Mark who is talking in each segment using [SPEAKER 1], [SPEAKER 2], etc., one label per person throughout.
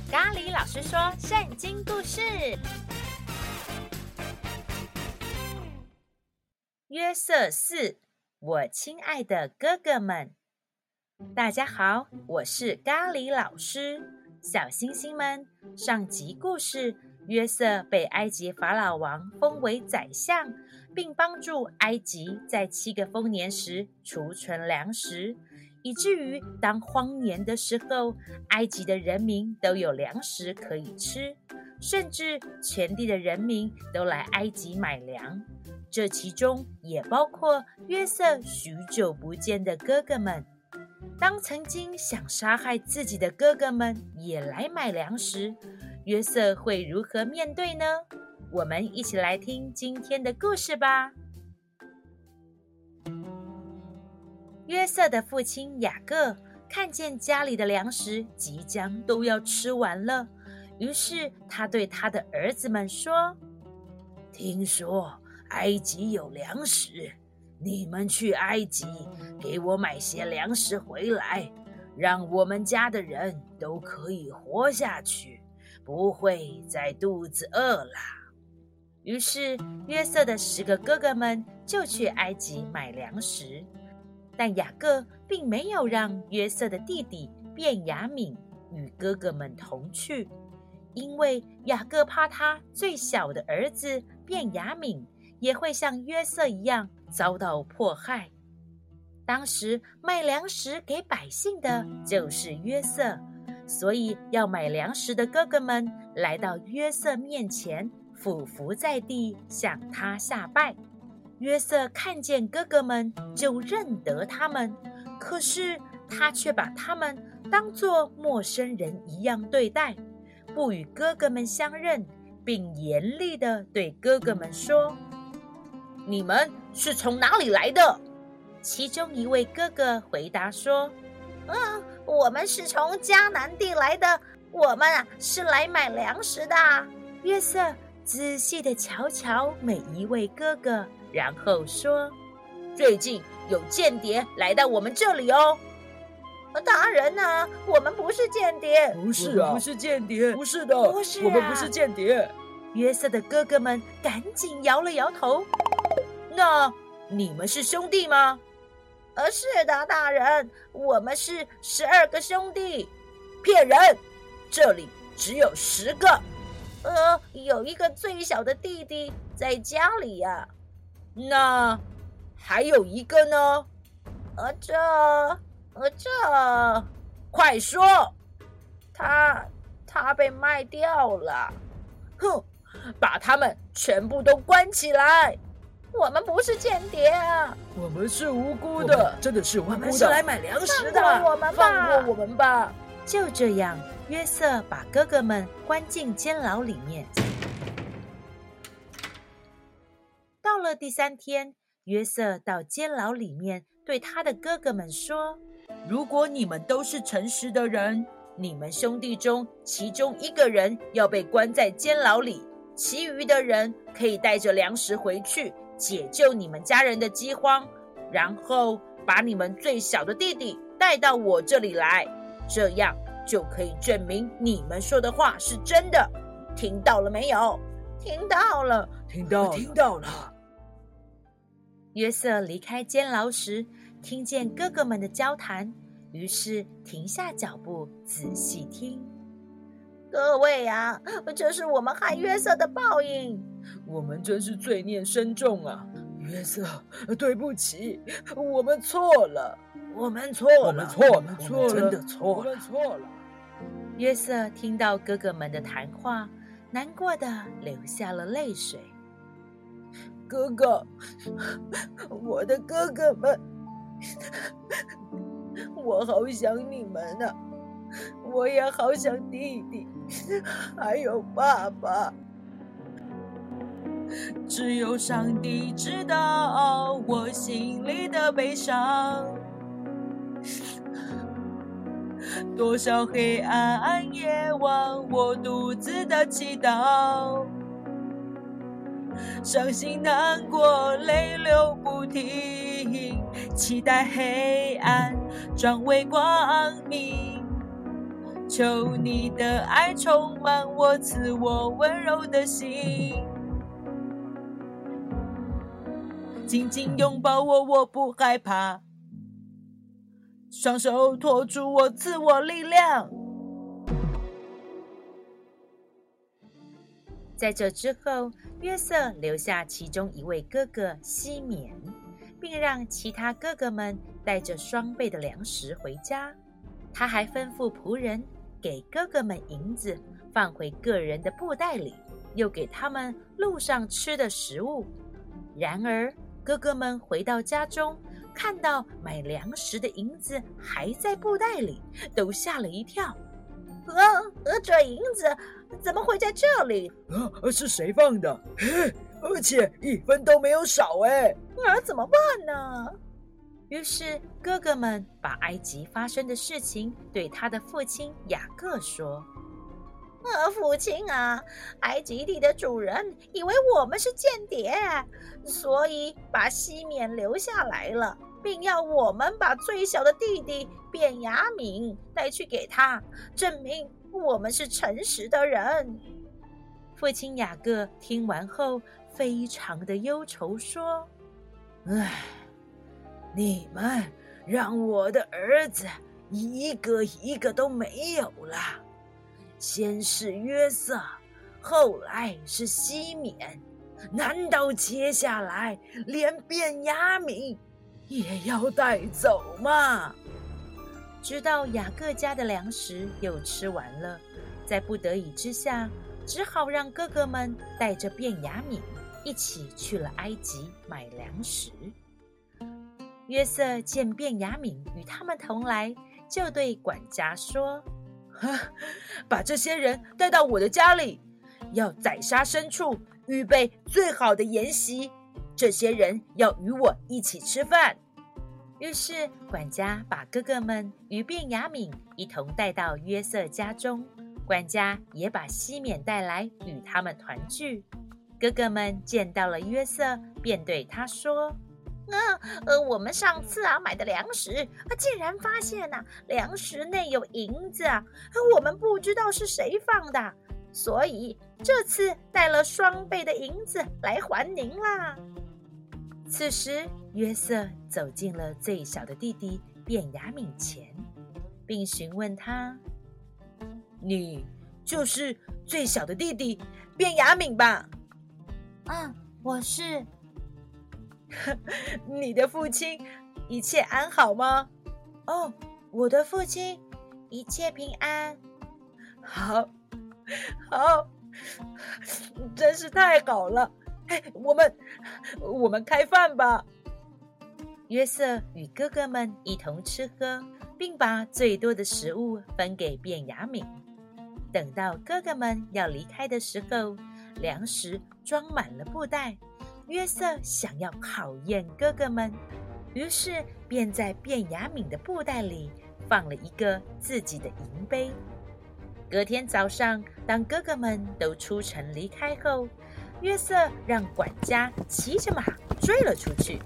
[SPEAKER 1] 咖喱老师说圣经故事。约瑟4，我亲爱的哥哥们，大家好，我是咖喱老师。小星星们，上集故事，约瑟被埃及法老王封为宰相，并帮助埃及在7个丰年时储存粮食，以至于当荒年的时候，埃及的人民都有粮食可以吃，甚至全地的人民都来埃及买粮。这其中也包括约瑟许久不见的哥哥们。当曾经想杀害自己的哥哥们也来买粮食，约瑟会如何面对呢？我们一起来听今天的故事吧。约瑟的父亲雅各看见家里的粮食即将都要吃完了，于是他对他的儿子们说：听说埃及有粮食，你们去埃及给我买些粮食回来，让我们家的人都可以活下去，不会再肚子饿了。于是约瑟的10个哥哥们就去埃及买粮食，但雅各并没有让约瑟的弟弟便雅悯与哥哥们同去，因为雅各怕他最小的儿子便雅悯也会像约瑟一样遭到迫害。当时卖粮食给百姓的就是约瑟，所以要买粮食的哥哥们来到约瑟面前，俯伏在地向他下拜。约瑟看见哥哥们就认得他们，可是他却把他们当作陌生人一样对待，不与哥哥们相认，并严厉地对哥哥们说：你们是从哪里来的？其中一位哥哥回答说：我们是从迦南地来的，我们是来买粮食的。约瑟仔细地瞧瞧每一位哥哥，然后说：最近有间谍来到我们这里哦。大人啊，我们不是间谍。
[SPEAKER 2] 不是啊，不是间谍，不是的，
[SPEAKER 1] 不是啊，
[SPEAKER 2] 我们不是间谍。
[SPEAKER 1] 约瑟的哥哥们赶紧摇了摇头。那你们是兄弟吗？是的，大人，我们是12个兄弟。骗人，这里只有10个。有一个最小的弟弟在家里呀。那还有一个呢？这，快说！他被卖掉了。哼，把他们全部都关起来！我们不是间谍啊，
[SPEAKER 2] 我们是无辜的，真的是无辜的，
[SPEAKER 1] 我们是来买粮食的，放过我们吧！就这样，约瑟把哥哥们关进监牢里面。到了第3天，约瑟到监牢里面对他的哥哥们说：如果你们都是诚实的人，你们兄弟中其中1个人要被关在监牢里，其余的人可以带着粮食回去，解救你们家人的饥荒，然后把你们最小的弟弟带到我这里来，这样就可以证明你们说的话是真的。听到了没有？听到了，
[SPEAKER 2] 听到了。
[SPEAKER 1] 约瑟离开监牢时，听见哥哥们的交谈，于是停下脚步，仔细听。各位啊，这是我们害约瑟的报应。
[SPEAKER 2] 我们真是罪孽深重啊！约瑟，对不起，我们错了，
[SPEAKER 1] 我们真
[SPEAKER 2] 的错了。
[SPEAKER 1] 约瑟听到哥哥们的谈话，难过的流下了泪水。
[SPEAKER 2] 哥哥，我的哥哥们，我好想你们啊！我也好想弟弟，还有爸爸。
[SPEAKER 1] 只有上帝知道我心里的悲伤，多少黑暗夜晚，我独自的祈祷，伤心难过，泪流不停，期待黑暗转为光明。
[SPEAKER 2] 求你的爱充满我，赐我温柔的心，紧紧拥抱我，我不害怕，双手托住我，赐我力量。
[SPEAKER 1] 在这之后，约瑟留下其中一位哥哥西缅，并让其他哥哥们带着双倍的粮食回家。他还吩咐仆人给哥哥们银子，放回个人的布袋里，又给他们路上吃的食物。然而哥哥们回到家中，看到买粮食的银子还在布袋里，都吓了一跳。
[SPEAKER 2] 这银子怎么会在这里？是谁放的？而且1分都没有少哎！怎么办呢？
[SPEAKER 1] 于是哥哥们把埃及发生的事情对他的父亲雅各说。
[SPEAKER 2] 父亲啊，埃及地的主人以为我们是间谍，所以把西缅留下来了，并要我们把最小的弟弟便雅悯带去给他，证明我们是诚实的人。
[SPEAKER 1] 父亲雅各听完后非常的忧愁说，
[SPEAKER 2] 你们让我的儿子一个一个都没有了，先是约瑟，后来是西缅，难道接下来连便雅悯也要带走吗？
[SPEAKER 1] 直到雅各家的粮食又吃完了，在不得已之下，只好让哥哥们带着便雅悯一起去了埃及买粮食。约瑟见便雅悯与他们同来，就对管家说，
[SPEAKER 2] 把这些人带到我的家里，要宰杀牲畜，预备最好的筵席，这些人要与我一起吃饭。
[SPEAKER 1] 于是管家把哥哥们与便雅悯一同带到约瑟家中，管家也把西缅带来与他们团聚。哥哥们见到了约瑟，便对他说，
[SPEAKER 2] 我们上次买的粮食竟然发现粮食内有银子我们不知道是谁放的，所以这次带了双倍的银子来还您啦。
[SPEAKER 1] 此时约瑟走进了最小的弟弟便雅悯前，并询问他，
[SPEAKER 2] 你就是最小的弟弟便雅悯吧？
[SPEAKER 1] 我是。
[SPEAKER 2] 你的父亲一切安好吗？
[SPEAKER 1] 我的父亲一切平安。
[SPEAKER 2] 好，真是太好了。我们开饭吧。
[SPEAKER 1] 约瑟与哥哥们一同吃喝，并把最多的食物分给便雅悯。等到哥哥们要离开的时候，粮食装满了布袋。约瑟想要考验哥哥们，于是便在便雅悯的布袋里放了一个自己的银杯。隔天早上，当哥哥们都出城离开后，约瑟让管家骑着马追了出去，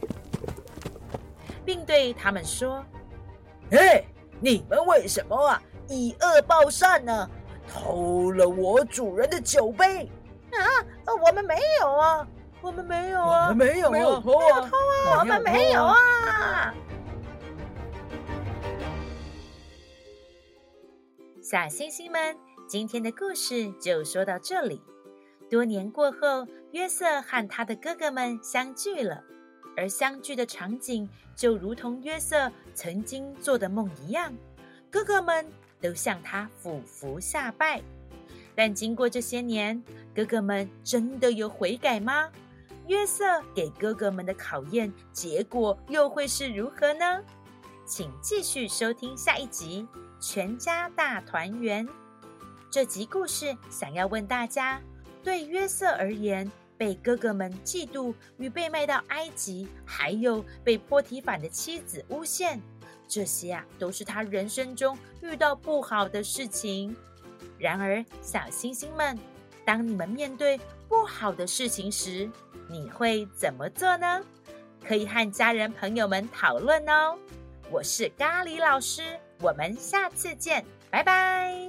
[SPEAKER 1] 并对他们说，
[SPEAKER 2] 你们为什么以恶报善呢？偷了我主人的酒杯。我们没有啊。
[SPEAKER 1] 我们没有啊，
[SPEAKER 2] 没有偷啊，我们没有啊。
[SPEAKER 1] 小星星们，今天的故事就说到这里。多年过后，约瑟和他的哥哥们相聚了，而相聚的场景就如同约瑟曾经做的梦一样，哥哥们都向他俯伏下拜。但经过这些年，哥哥们真的有悔改吗？约瑟给哥哥们的考验，结果又会是如何呢？请继续收听下一集《全家大团圆》。这集故事想要问大家，对约瑟而言，被哥哥们嫉妒与被卖到埃及，还有被波提反的妻子诬陷，这些都是他人生中遇到不好的事情。然而，小星星们，当你们面对不好的事情时，你会怎么做呢？可以和家人朋友们讨论哦。我是咖喱老师，我们下次见，拜拜。 拜拜。